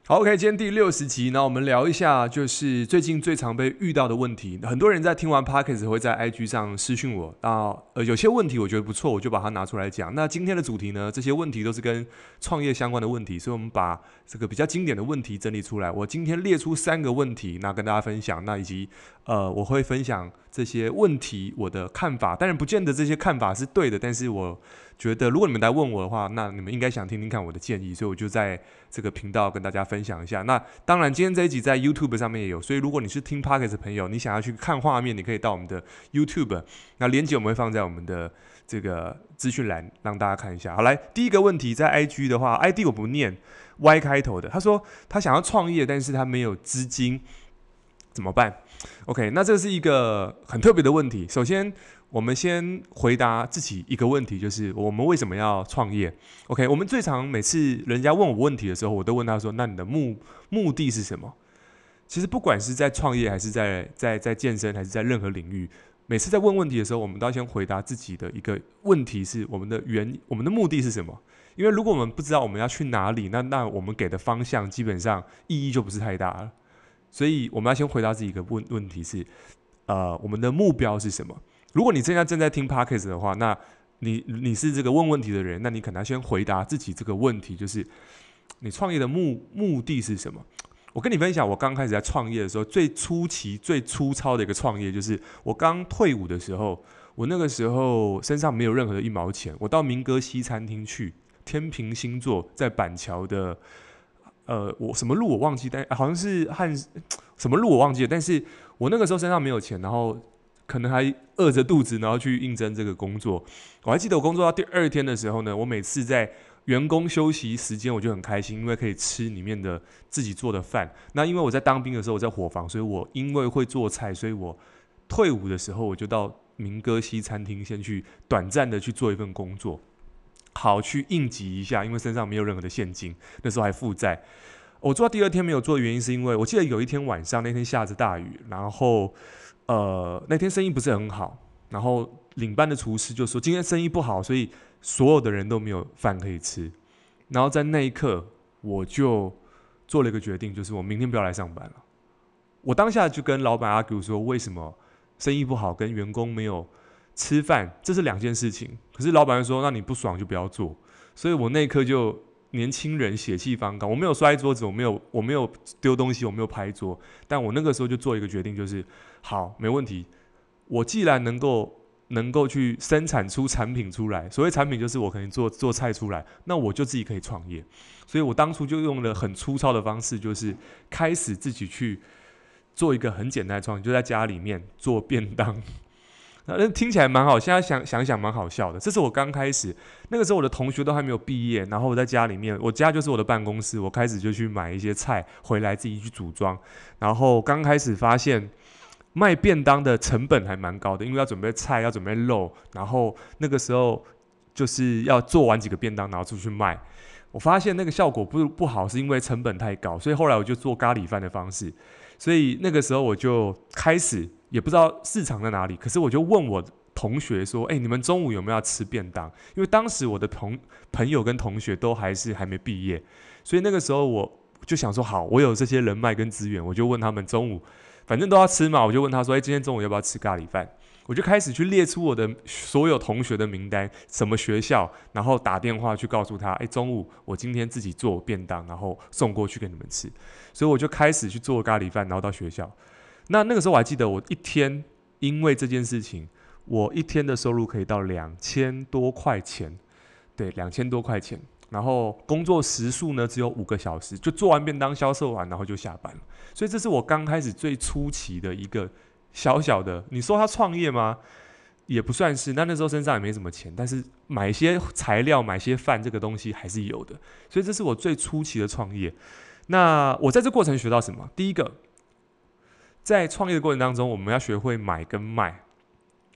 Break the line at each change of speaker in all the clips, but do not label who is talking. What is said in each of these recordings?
好 ，OK， 今天第60集，那我们聊一下，就是最近最常被遇到的问题。很多人在听完 Podcast 会在 IG 上私讯我，有些问题我觉得不错，我就把它拿出来讲。那今天的主题呢，这些问题都是跟创业相关的问题，所以我们把这个比较经典的问题整理出来。我今天列出3个问题，那跟大家分享。那以及我会分享这些问题我的看法，当然不见得这些看法是对的，但是我觉得如果你们来问我的话，那你们应该想听听看我的建议，所以我就在这个频道跟大家分享一下。那当然今天这一集在 YouTube 上面也有，所以如果你是听 Podcast 的朋友，你想要去看画面，你可以到我们的 YouTube， 那连结我们会放在我们的这个资讯栏让大家看一下。好，来第一个问题，在 IG 的话 ID 我不念 Y 开头的，他说他想要创业，但是他没有资金怎么办？ OK， 那这是一个很特别的问题。首先我们先回答自己一个问题，就是我们为什么要创业 ？OK， 我们最常每次人家问我问题的时候，我都问他说：“那你的目的是什么？”其实不管是在创业，还是在健身，还是在任何领域，每次在问问题的时候，我们都要先回答自己的一个问题是我们的目的是什么？因为如果我们不知道我们要去哪里，那我们给的方向基本上意义就不是太大了。所以我们要先回答自己一个问题是，我们的目标是什么？如果你正在听 Podcast 的话，那你是这个问问题的人，那你可能要先回答自己这个问题，就是你创业的目的是什么？我跟你分享，我刚开始在创业的时候，最初期、最粗糙的一个创业，就是我刚退伍的时候，我那个时候身上没有任何的1毛钱，我到民歌西餐厅去，天平星座在板桥的。我什么路我忘记，但好像是什么路我忘记了，但是我那个时候身上没有钱，然后可能还饿着肚子，然后去应征这个工作。我还记得我工作到第2天的时候呢，我每次在员工休息时间我就很开心，因为可以吃里面的自己做的饭。那因为我在当兵的时候我在伙房，所以我因为会做菜，所以我退伍的时候我就到民歌西餐厅先去短暂的去做一份工作。好去应急一下，因为身上没有任何的现金，那时候还负债。我做到第2天没有做的原因，是因为我记得有一天晚上，那天下着大雨，然后那天生意不是很好，然后领班的厨师就说今天生意不好，所以所有的人都没有饭可以吃。然后在那一刻，我就做了一个决定，就是我明天不要来上班了。我当下就跟老板 argue 说，为什么生意不好，跟员工没有吃饭，这是2件事情。可是老板说，那你不爽就不要做。所以我那一刻就年轻人血气方刚，我没有摔桌子，我没有丢东西，我没有拍桌，但我那个时候就做一个决定，就是好，没问题。我既然能够去生产出产品出来，所谓产品就是我可能做菜出来，那我就自己可以创业。所以我当初就用了很粗糙的方式，就是开始自己去做一个很简单的创业，就在家里面做便当。听起来蛮好，现在想蛮好笑的。这是我刚开始，那个时候我的同学都还没有毕业，然后我在家里面，我家就是我的办公室，我开始就去买一些菜回来自己去组装。然后刚开始发现卖便当的成本还蛮高的，因为要准备菜，要准备肉，然后那个时候就是要做完几个便当，然后出去卖。我发现那个效果不好，是因为成本太高，所以后来我就做咖喱饭的方式。所以那个时候我就开始也不知道市场在哪里，可是我就问我同学说：“你们中午有没有要吃便当？”因为当时我的朋友跟同学都还没毕业，所以那个时候我就想说：“好，我有这些人脉跟资源，我就问他们中午反正都要吃嘛，我就问他说：‘今天中午要不要吃咖喱饭？’我就开始去列出我的所有同学的名单，什么学校，然后打电话去告诉他：中午我今天自己做便当，然后送过去给你们吃。所以我就开始去做咖喱饭，然后到学校。那个时候我还记得，我一天因为这件事情，我一天的收入可以到2000多块钱，对，2000多块钱。然后工作时数呢只有5个小时，就做完便当销售完，然后就下班了。所以这是我刚开始最初期的一个小小的，你说他创业吗？也不算是。那时候身上也没什么钱，但是买些材料、买些饭，这个东西还是有的。所以这是我最初期的创业。那我在这过程学到什么？第一个，在创业的过程当中，我们要学会买跟卖。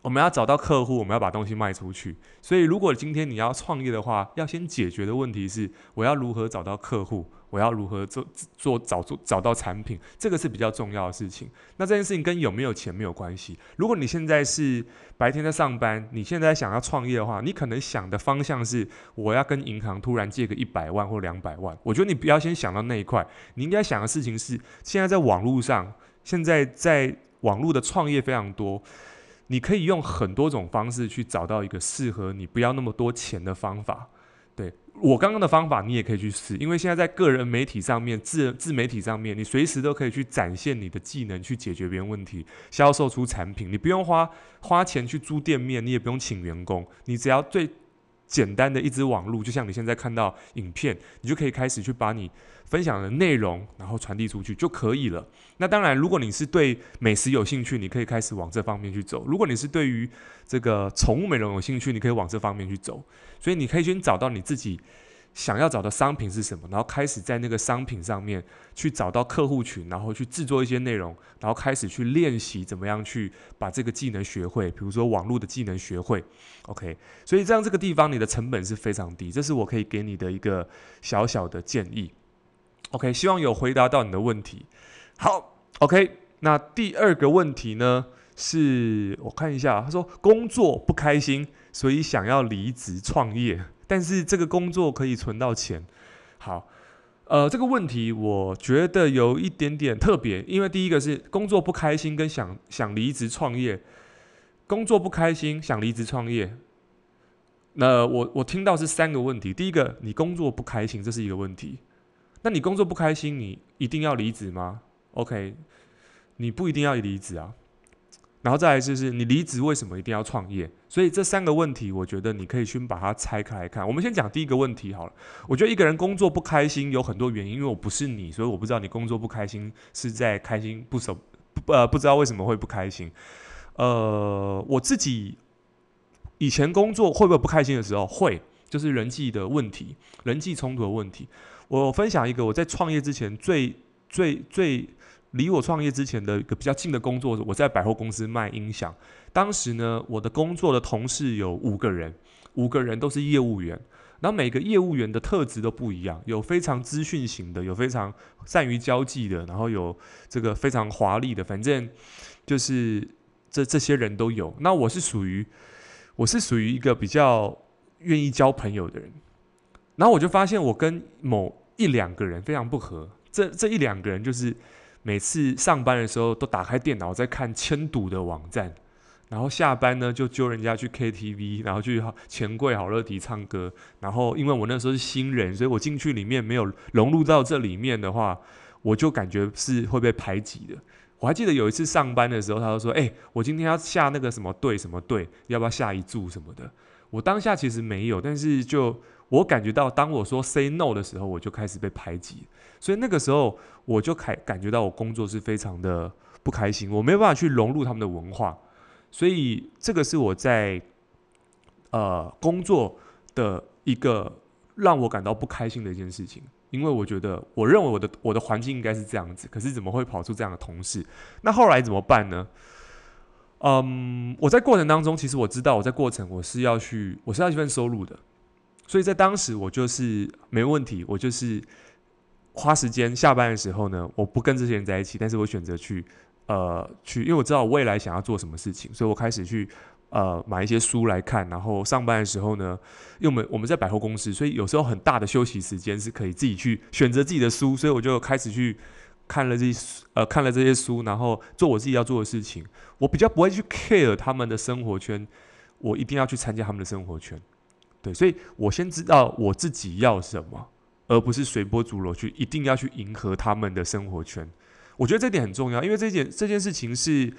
我们要找到客户，我们要把东西卖出去。所以，如果今天你要创业的话，要先解决的问题是：我要如何找到客户？我要如何找到产品？这个是比较重要的事情。那这件事情跟有没有钱没有关系。如果你现在是白天在上班，你现在想要创业的话，你可能想的方向是：我要跟银行突然借个100万或200万。我觉得你不要先想到那一块，你应该想的事情是：现在在网络上，现在在网络的创业非常多。你可以用很多种方式去找到一个适合你不要那么多钱的方法。对，我刚刚的方法你也可以去试，因为现在在个人媒体上面、自媒体上面，你随时都可以去展现你的技能，去解决别人问题，销售出产品。你不用花钱去租店面，你也不用请员工，你只要最简单的一支网路，就像你现在看到影片，你就可以开始去把你分享的内容然后传递出去就可以了。那当然，如果你是对美食有兴趣，你可以开始往这方面去走；如果你是对于这个宠物美容有兴趣，你可以往这方面去走。所以你可以先找到你自己想要找的商品是什么，然后开始在那个商品上面去找到客户群，然后去制作一些内容，然后开始去练习怎么样去把这个技能学会，比如说网络的技能学会。OK， 所以这样这个地方你的成本是非常低，这是我可以给你的一个小小的建议。OK， 希望有回答到你的问题。好 ，OK， 那第二个问题呢，是我看一下，他说工作不开心，所以想要离职创业，但是这个工作可以存到钱。好，这个问题我觉得有一点点特别，因为第一个是工作不开心跟想离职创业，工作不开心想离职创业。那我听到是3个问题，第一个，你工作不开心，这是一个问题。那你工作不开心，你一定要离职吗 ？OK， 你不一定要离职啊。然后再来就是你离职为什么一定要创业？所以这3个问题，我觉得你可以先把它拆开来看。我们先讲第一个问题好了。我觉得一个人工作不开心有很多原因，因为我不是你，所以我不知道你工作不开心是在开心不知道为什么会不开心。我自己以前工作会不会不开心的时候会，就是人际的问题、人际冲突的问题。我分享一个我在创业之前最离我创业之前的一个比较近的工作，我在百货公司卖音响。当时呢，我的工作的同事有5个人，5个人都是业务员。然后每个业务员的特质都不一样，有非常资讯型的，有非常善于交际的，然后有这个非常华丽的，反正就是这些人都有。那我是属于一个比较愿意交朋友的人。然后我就发现我跟某1-2个人非常不合，这1-2个人就是每次上班的时候都打开电脑在看签赌的网站，然后下班呢就揪人家去 KTV， 然后去钱柜好乐迪唱歌。然后因为我那时候是新人，所以我进去里面没有融入到这里面的话，我就感觉是会被排挤的。我还记得有一次上班的时候，他就说：“我今天要下那个什么队什么队，要不要下一注什么的？”我当下其实没有，但是我感觉到，当我说 say no 的时候，我就开始被排挤。所以那个时候，我就感觉到我工作是非常的不开心，我没有办法去融入他们的文化。所以这个是我在工作的一个让我感到不开心的一件事情。因为我认为我的环境应该是这样子，可是怎么会跑出这样的同事？那后来怎么办呢？我在过程当中，其实我知道我在过程我是要一份收入的，所以在当时我就是没问题，我就是花时间下班的时候呢，我不跟这些人在一起，但是我选择去，因为我知道我未来想要做什么事情，所以我开始去买一些书来看，然后上班的时候呢，因为我们在百货公司，所以有时候很大的休息时间是可以自己去选择自己的书，所以我就开始去看了这些书，然后做我自己要做的事情。我比较不会去 care 他们的生活圈，我一定要去参加他们的生活圈。对，所以我先知道我自己要什么，而不是随波逐流一定要去迎合他们的生活圈。我觉得这点很重要，因为这件事情是，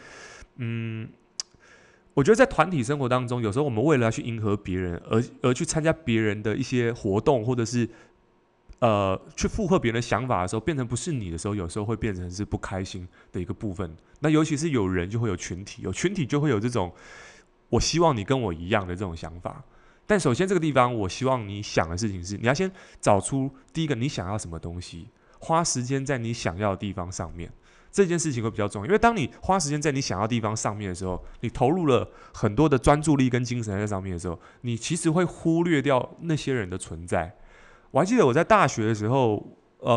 我觉得在团体生活当中，有时候我们为了要去迎合别人，而去参加别人的一些活动，或者是去附和别人的想法的时候，变成不是你的时候，有时候会变成是不开心的一个部分。那尤其是有人就会有群体，有群体就会有这种我希望你跟我一样的这种想法。但首先这个地方，我希望你想的事情是，你要先找出第一个你想要什么东西，花时间在你想要的地方上面。 这件事情会比较重要。因为当你花时间在你想要的地方上面的时候，你投入了很多的专注力跟精神在上面的时候，你其实会忽略掉那些人的存在。我还记得我在大学的时候，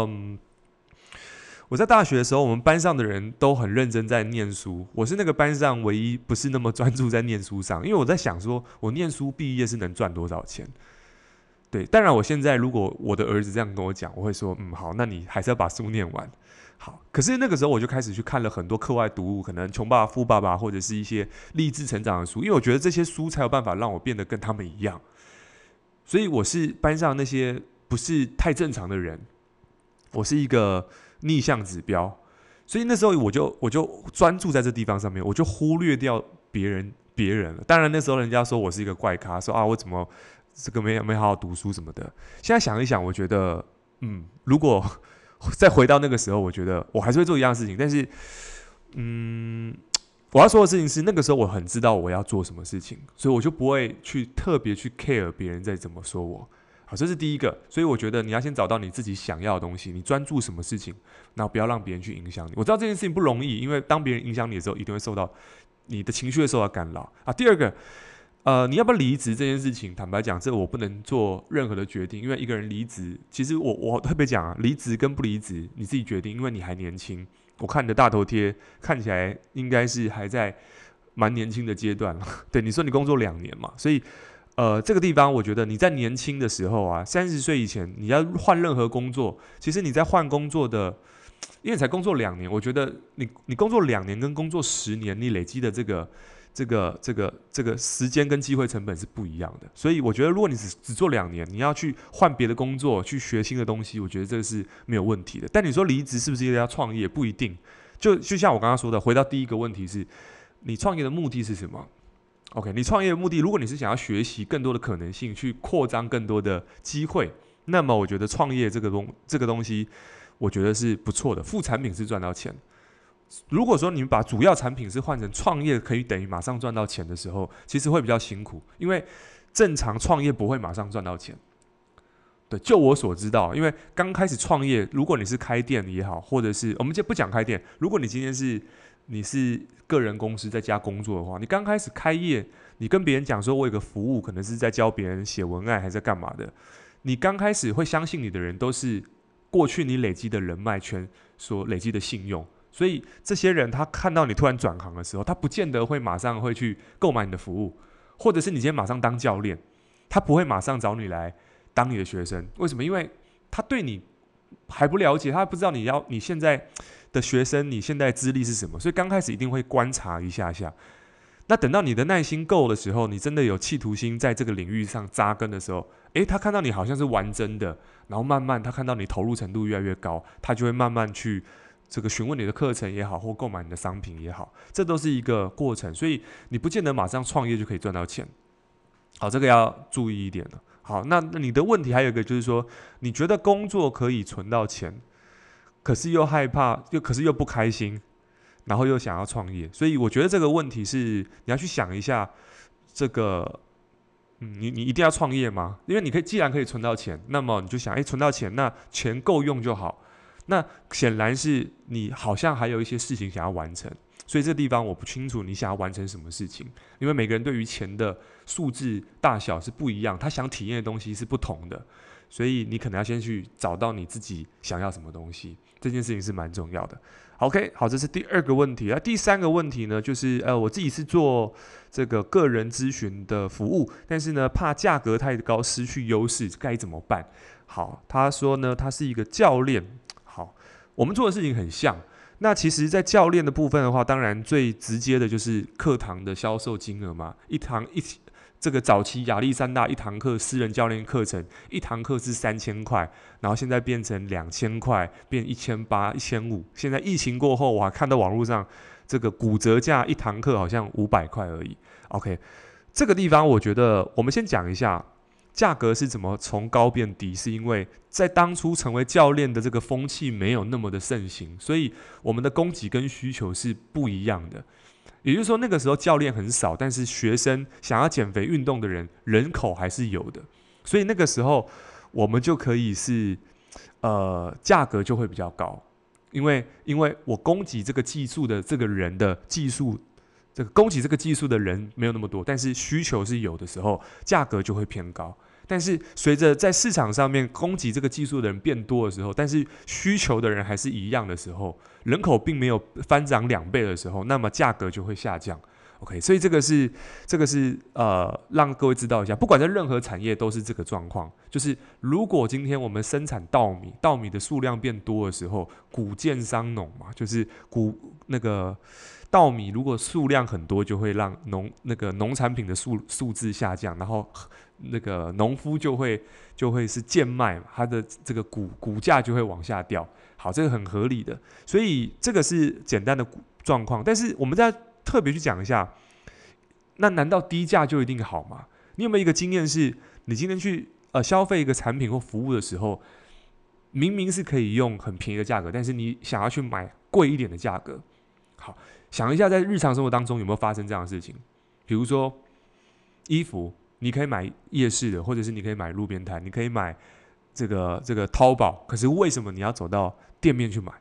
我们班上的人都很认真在念书，我是那个班上唯一不是那么专注在念书上，因为我在想说，我念书毕业是能赚多少钱？对，当然我现在如果我的儿子这样跟我讲，我会说，好，那你还是要把书念完。好，可是那个时候我就开始去看了很多课外读物，可能《穷爸爸富爸爸》或者是一些励志成长的书，因为我觉得这些书才有办法让我变得跟他们一样。所以我是班上那些不是太正常的人，我是一个逆向指标，所以那时候我就专注在这地方上面，我就忽略掉别人了。当然那时候人家说我是一个怪咖，说我怎么这个没好好读书什么的。现在想一想，我觉得如果再回到那个时候，我觉得我还是会做一样的事情，但是我要说的事情是，那个时候我很知道我要做什么事情，所以我就不会去特别去 care 别人在怎么说我。好，这是第一个。所以我觉得你要先找到你自己想要的东西，你专注什么事情，然后不要让别人去影响你。我知道这件事情不容易，因为当别人影响你的时候，一定会受到你的情绪会受到干扰啊。第二个，你要不要离职这件事情，坦白讲，这我不能做任何的决定，因为一个人离职，其实我特别讲离职跟不离职你自己决定，因为你还年轻。我看你的大头贴看起来应该是还在蛮年轻的阶段了。对，你说你工作2年嘛，所以这个地方我觉得你在年轻的时候啊，30岁以前你要换任何工作，其实你在换工作的，因为你才工作2年，我觉得你工作2年跟工作10年，你累积的这个时间跟机会成本是不一样的。所以我觉得如果你只做2年，你要去换别的工作，去学新的东西，我觉得这个是没有问题的。但你说离职是不是一定要创业？不一定。就像我刚刚说的，回到第一个问题是，你创业的目的是什么？OK， 你创业的目的，如果你是想要学习更多的可能性，去扩张更多的机会，那么我觉得创业这个东西，我觉得是不错的。副产品是赚到钱。如果说你们把主要产品是换成创业可以等于马上赚到钱的时候，其实会比较辛苦，因为正常创业不会马上赚到钱。对，就我所知道，因为刚开始创业，如果你是开店也好，或者是我们就不讲开店，如果你今天你是个人公司在家工作的话，你刚开始开业，你跟别人讲说我有个服务，可能是在教别人写文案还是在干嘛的，你刚开始会相信你的人都是过去你累积的人脉圈所累积的信用。所以这些人他看到你突然转行的时候，他不见得会马上会去购买你的服务，或者是你今天马上当教练，他不会马上找你来当你的学生。为什么？因为他对你还不了解，他不知道你现在的学生，你现在资历是什么，所以刚开始一定会观察一下下。那等到你的耐心够的时候，你真的有企图心在这个领域上扎根的时候，他看到你好像是玩真的，然后慢慢他看到你投入程度越来越高，他就会慢慢去这个询问你的课程也好，或购买你的商品也好，这都是一个过程，所以你不见得马上创业就可以赚到钱。好，这个要注意一点了。好，那你的问题还有一个就是说，你觉得工作可以存到钱，可是又害怕，可是又不开心，然后又想要创业，所以我觉得这个问题是你要去想一下，这个你一定要创业吗？因为既然可以存到钱，那么你就想，存到钱，那钱够用就好。那显然是你好像还有一些事情想要完成，所以这个地方我不清楚你想要完成什么事情，因为每个人对于钱的数字大小是不一样，他想体验的东西是不同的，所以你可能要先去找到你自己想要什么东西，这件事情是蛮重要的。OK， 好，这是第2个问题。第3个问题呢，就是我自己是做这个个人咨询的服务，但是呢，怕价格太高失去优势，该怎么办？好，他说呢，他是一个教练。好，我们做的事情很像。那其实，在教练的部分的话，当然最直接的就是课堂的销售金额嘛。这个早期亚历山大一堂课私人教练课程，一堂课是3000块，然后现在变成2000块，变1800、1500。现在疫情过后，我还看到网络上这个骨折价一堂课好像500块而已。OK， 这个地方我觉得我们先讲一下。价格是怎么从高变低，是因为在当初成为教练的这个风气没有那么的盛行，所以我们的供给跟需求是不一样的。也就是说，那个时候教练很少，但是学生想要减肥运动的人口还是有的，所以那个时候我们就可以是价格就会比较高。 因为我供给这个技术的这个人的技术，这个供给这个技术的人没有那么多，但是需求是有的时候，价格就会偏高。但是随着在市场上面供给这个技术的人变多的时候，但是需求的人还是一样的时候，人口并没有翻涨2倍的时候，那么价格就会下降。OK， 所以这个是让各位知道一下，不管在任何产业都是这个状况，就是如果今天我们生产稻米的数量变多的时候，谷贱伤农嘛，就是那个稻米如果数量很多，就会让农产品的数字下降，然后那个农夫就会是贱卖嘛，他的这个股价就会往下掉。好，这个很合理的，所以这个是简单的状况。但是我们再特别去讲一下，那难道低价就一定好吗？你有没有一个经验是，你今天去消费一个产品或服务的时候，明明是可以用很便宜的价格，但是你想要去买贵一点的价格？好，想一下，在日常生活当中有没有发生这样的事情？比如说衣服，你可以买夜市的，或者是你可以买路边摊，你可以买这个淘宝，可是为什么你要走到店面去买？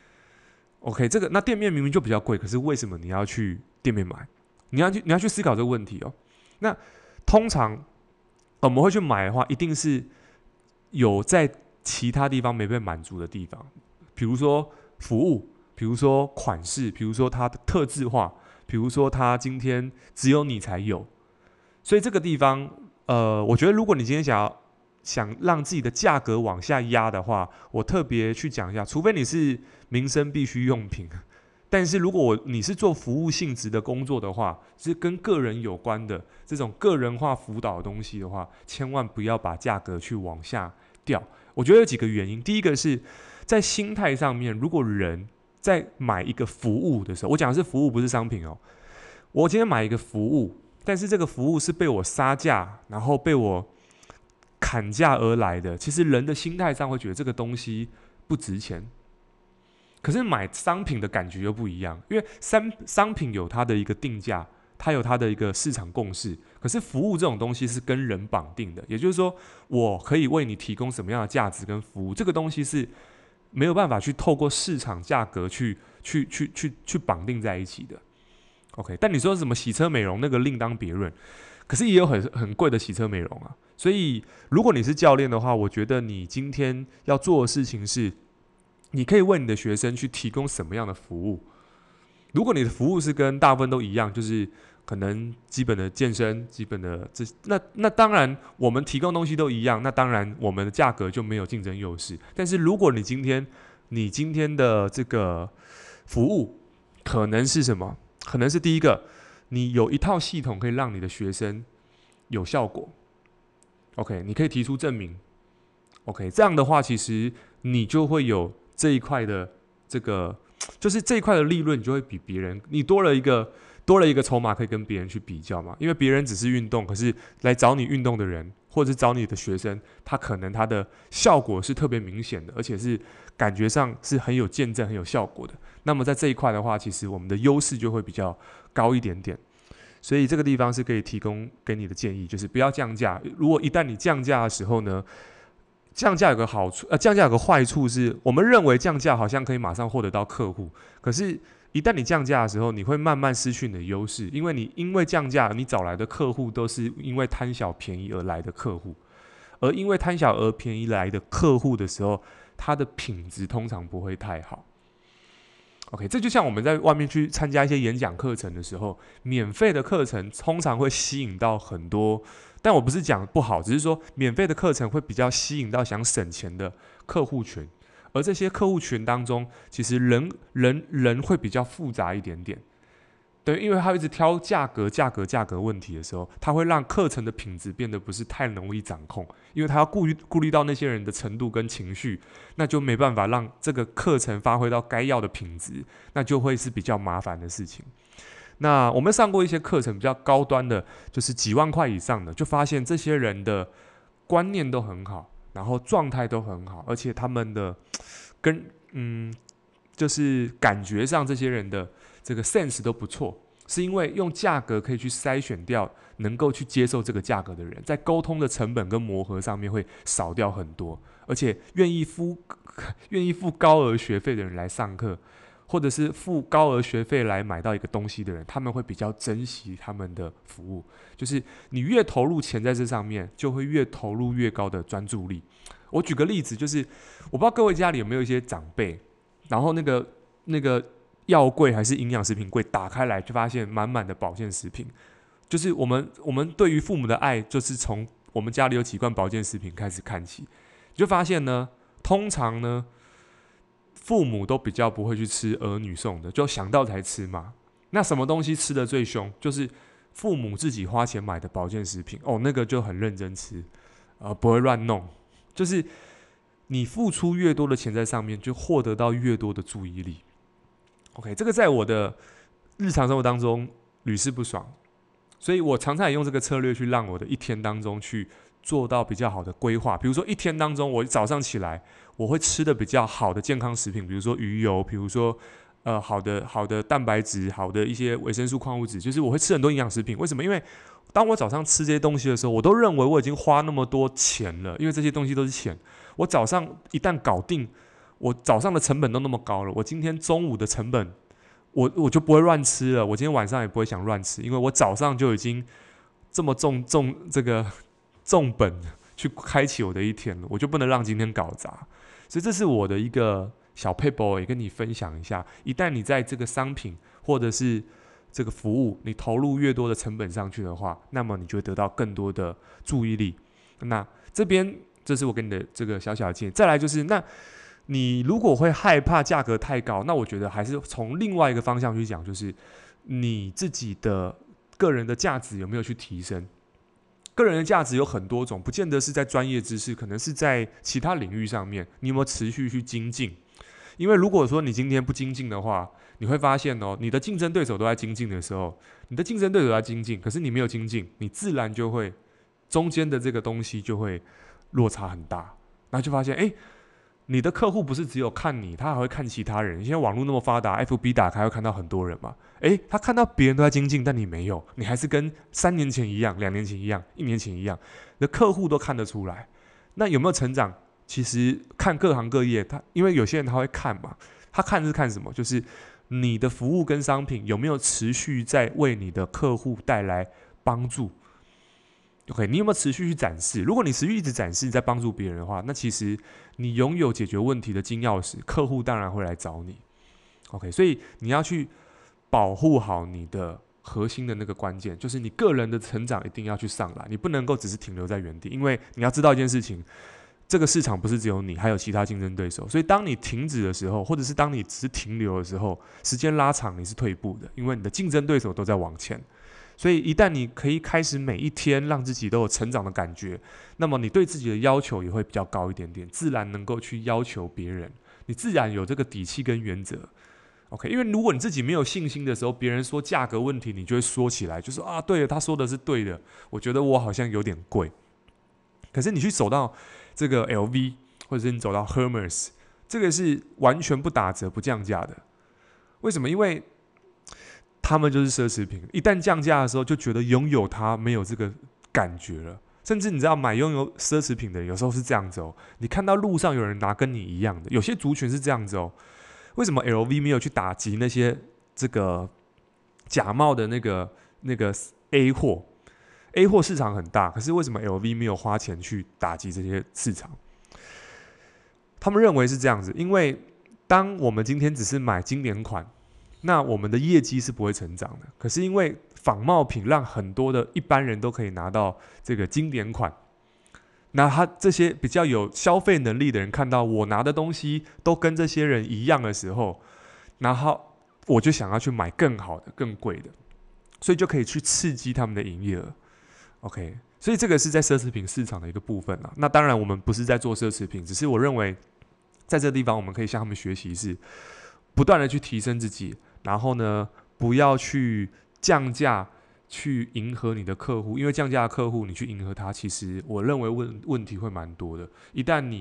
OK， 那店面明明就比较贵，可是为什么你要去店面买？你要去思考这个问题哦。那通常我们会去买的话，一定是有在其他地方没被满足的地方，比如说服务，比如说款式，比如说它的特制化，比如说它今天只有你才有。所以这个地方，我觉得如果你今天想让自己的价格往下压的话，我特别去讲一下，除非你是民生必需用品，但是如果你是做服务性质的工作的话，是跟个人有关的这种个人化辅导的东西的话，千万不要把价格去往下掉。我觉得有几个原因，第一个是在心态上面，如果人在买一个服务的时候，我讲的是服务不是商品哦，我今天买一个服务，但是这个服务是被我杀价，然后被我砍价而来的，其实人的心态上会觉得这个东西不值钱。可是买商品的感觉又不一样，因为商品有它的一个定价，它有它的一个市场共识。可是服务这种东西是跟人绑定的，也就是说，我可以为你提供什么样的价值跟服务，这个东西是没有办法去透过市场价格去绑定在一起的。OK， 但你说什么洗车美容那个另当别论，可是也有很贵的洗车美容啊。所以如果你是教练的话，我觉得你今天要做的事情是，你可以为你的学生去提供什么样的服务。如果你的服务是跟大部分都一样，就是可能基本的健身、基本的那当然我们提供的东西都一样，那当然我们的价格就没有竞争优势。但是如果你今天的这个服务可能是什么？可能是第一个，你有一套系统可以让你的学生有效果。OK， 你可以提出证明。OK， 这样的话，其实你就会有这一块的就是这一块的利润，你就会比别人，你多了一个筹码可以跟别人去比较嘛。因为别人只是运动，可是来找你运动的人，或者是找你的学生，他可能他的效果是特别明显的，而且是感觉上是很有见证、很有效果的。那么在这一块的话，其实我们的优势就会比较高一点点。所以这个地方是可以提供给你的建议，就是不要降价。如果一旦你降价的时候呢，降价有个好处，降价有个坏处是，我们认为降价好像可以马上获得到客户，可是，一旦你降价的时候，你会慢慢失去你的优势，因为降价，你找来的客户都是因为贪小便宜而来的客户，而因为贪小而便宜来的客户的时候，它的品质通常不会太好。OK， 这就像我们在外面去参加一些演讲课程的时候，免费的课程通常会吸引到很多，但我不是讲不好，只是说免费的课程会比较吸引到想省钱的客户群，而这些客户群当中，其实人会比较复杂一点点。对，因为他一直挑价格问题的时候，他会让课程的品质变得不是太容易掌控，因为他要顾虑到那些人的程度跟情绪，那就没办法让这个课程发挥到该要的品质，那就会是比较麻烦的事情。那我们上过一些课程比较高端的，就是几万块以上的，就发现这些人的观念都很好，然后状态都很好，而且他们的就是感觉上这些人的这个 sense 都不错， 是因为用价格可以去筛选掉能够去接受这个价格的人，在沟通的成本跟磨合上面会少掉很多，而且愿意付高额学费的人来上课，或者是付高额学费来买到一个东西的人，他们会比较珍惜他们的服务。就是你越投入钱在这上面，就会越投入越高的专注力。我举个例子，就是我不知道各位家里有没有一些长辈，然后那个药柜还是营养食品柜打开来，就发现满满的保健食品。就是我们对于父母的爱，就是从我们家里有几罐保健食品开始看起，你就发现呢，通常呢，父母都比较不会去吃儿女送的，就想到才吃嘛。那什么东西吃的最凶？就是父母自己花钱买的保健食品哦，那个就很认真吃，不会乱弄。就是你付出越多的钱在上面，就获得到越多的注意力。OK， 这个在我的日常生活当中屡试不爽，所以我常常也用这个策略去让我的一天当中去做到比较好的规划。比如说一天当中，我早上起来我会吃的比较好的健康食品，比如说鱼油，比如说好的蛋白质，好的一些维生素、矿物质，就是我会吃很多营养食品。为什么？因为当我早上吃这些东西的时候，我都认为我已经花那么多钱了，因为这些东西都是钱。我早上一旦搞定，我早上的成本都那么高了，我今天中午的成本，我就不会乱吃了。我今天晚上也不会想乱吃，因为我早上就已经这么重本去开启我的一天了，我就不能让今天搞砸。所以这是我的一个小撇步，也跟你分享一下。一旦你在这个商品或者是这个服务，你投入越多的成本上去的话，那么你就会得到更多的注意力。那这是我给你的这个小小的建议。再来就是，那你如果会害怕价格太高，那我觉得还是从另外一个方向去讲，就是你自己的个人的价值有没有去提升。个人的价值有很多种，不见得是在专业知识，可能是在其他领域上面，你有没有持续去精进？因为如果说你今天不精进的话，你会发现你的竞争对手都在精进的时候，你的竞争对手在精进，可是你没有精进，你自然就会中间的这个东西就会落差很大，然后就发现，你的客户不是只有看你，他还会看其他人。现在网络那么发达 ，FB 打开会看到很多人嘛。他看到别人都在精进，但你没有，你还是跟3年前一样、2年前一样、1年前一样，你的客户都看得出来。那有没有成长？其实看各行各业，因为有些人他会看嘛，他看是看什么？就是你的服务跟商品有没有持续在为你的客户带来帮助。OK， 你有没有持续去展示？如果你持续一直展示在帮助别人的话，那其实你拥有解决问题的金钥匙，客户当然会来找你。OK， 所以你要去保护好你的核心的那个关键，就是你个人的成长一定要去上来，你不能够只是停留在原地，因为你要知道一件事情，这个市场不是只有你，还有其他竞争对手。所以当你停止的时候，或者是当你只是停留的时候，时间拉长你是退步的，因为你的竞争对手都在往前。所以一旦你可以开始每一天让自己都有成长的感觉，那么你对自己的要求也会比较高一点点，自然能够去要求别人，你自然有这个底气跟原则。OK， 因为如果你自己没有信心的时候，别人说价格问题，你就会说起来，就说啊，对了，他说的是对的，我觉得我好像有点贵。可是你去走到这个 LV， 或者是你走到 Hermes， 这个是完全不打折不降价的。为什么？因为他们就是奢侈品，一旦降价的时候，就觉得拥有它没有这个感觉了。甚至你知道，拥有奢侈品的人有时候是这样子哦。你看到路上有人拿跟你一样的，有些族群是这样子哦。为什么 LV 没有去打击那些这个假冒的那个 A 货？A 货市场很大，可是为什么 LV 没有花钱去打击这些市场？他们认为是这样子，因为当我们今天只是买经典款，那我们的业绩是不会成长的。可是因为仿冒品让很多的一般人都可以拿到这个经典款，那他这些比较有消费能力的人看到我拿的东西都跟这些人一样的时候，然后我就想要去买更好的、更贵的，所以就可以去刺激他们的营业额。OK， 所以这个是在奢侈品市场的一个部分啦。那当然我们不是在做奢侈品，只是我认为在这个地方我们可以向他们学习，是不断的去提升自己。然后呢，不要去降价去迎合你的客户，因为降价的客户你去迎合他，其实我认为问题会蛮多的。一旦你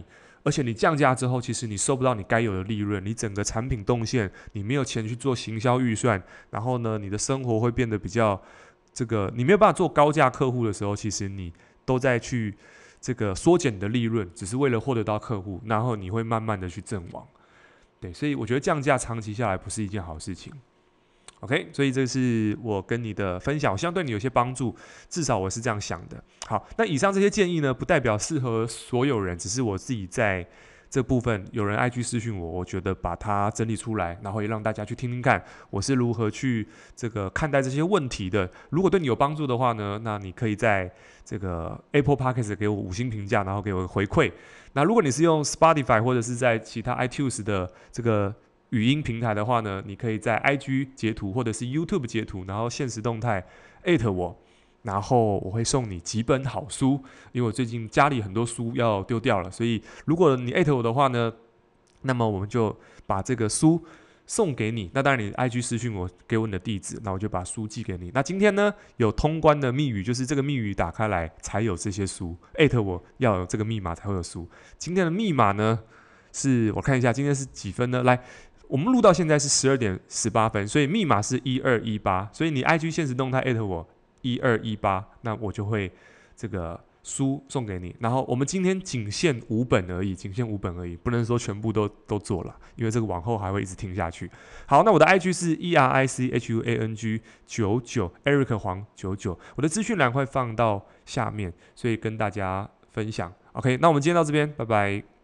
而且你降价之后，其实你收不到你该有的利润，你整个产品动线你没有钱去做行销预算，然后呢，你的生活会变得比较你没有办法做高价客户的时候，其实你都在去缩减你的利润，只是为了获得到客户，然后你会慢慢的去阵亡。对，所以我觉得降价长期下来不是一件好事情。OK， 所以这是我跟你的分享，我希望对你有些帮助，至少我是这样想的。好，那以上这些建议呢，不代表适合所有人，只是我自己在这部分有人 IG 私讯我，我觉得把它整理出来，然后也让大家去听听看，我是如何去看待这些问题的。如果对你有帮助的话呢，那你可以在Apple Podcast 给我5星评价，然后给我回馈。那如果你是用 Spotify 或者是在其他 iTunes 的语音平台的话呢，你可以在 IG 截图或者是 YouTube 截图，然后限时动态@我，然后我会送你几本好书，因为我最近家里很多书要丢掉了，所以如果你@我的话呢，那么我们就把这个书送给你。那当然你 IG 私讯我，给我你的地址，那我就把书寄给你。那今天呢有通关的密语，就是这个密语打开来才有这些书，我要有这个密码才会有书。今天的密码呢是我看一下今天是几分呢？来，我们录到现在是12点18分，所以密码是1218，所以你 IG 限时动态@我1218，那我就会书送给你。然后我们今天仅限5本而已，不能说全部都做了，因为这个往后还会一直听下去。好，那我的 IG 是 ERICHUANG99 Eric 黄99，我的资讯栏会放到下面，所以跟大家分享。OK， 那我们今天到这边，拜拜。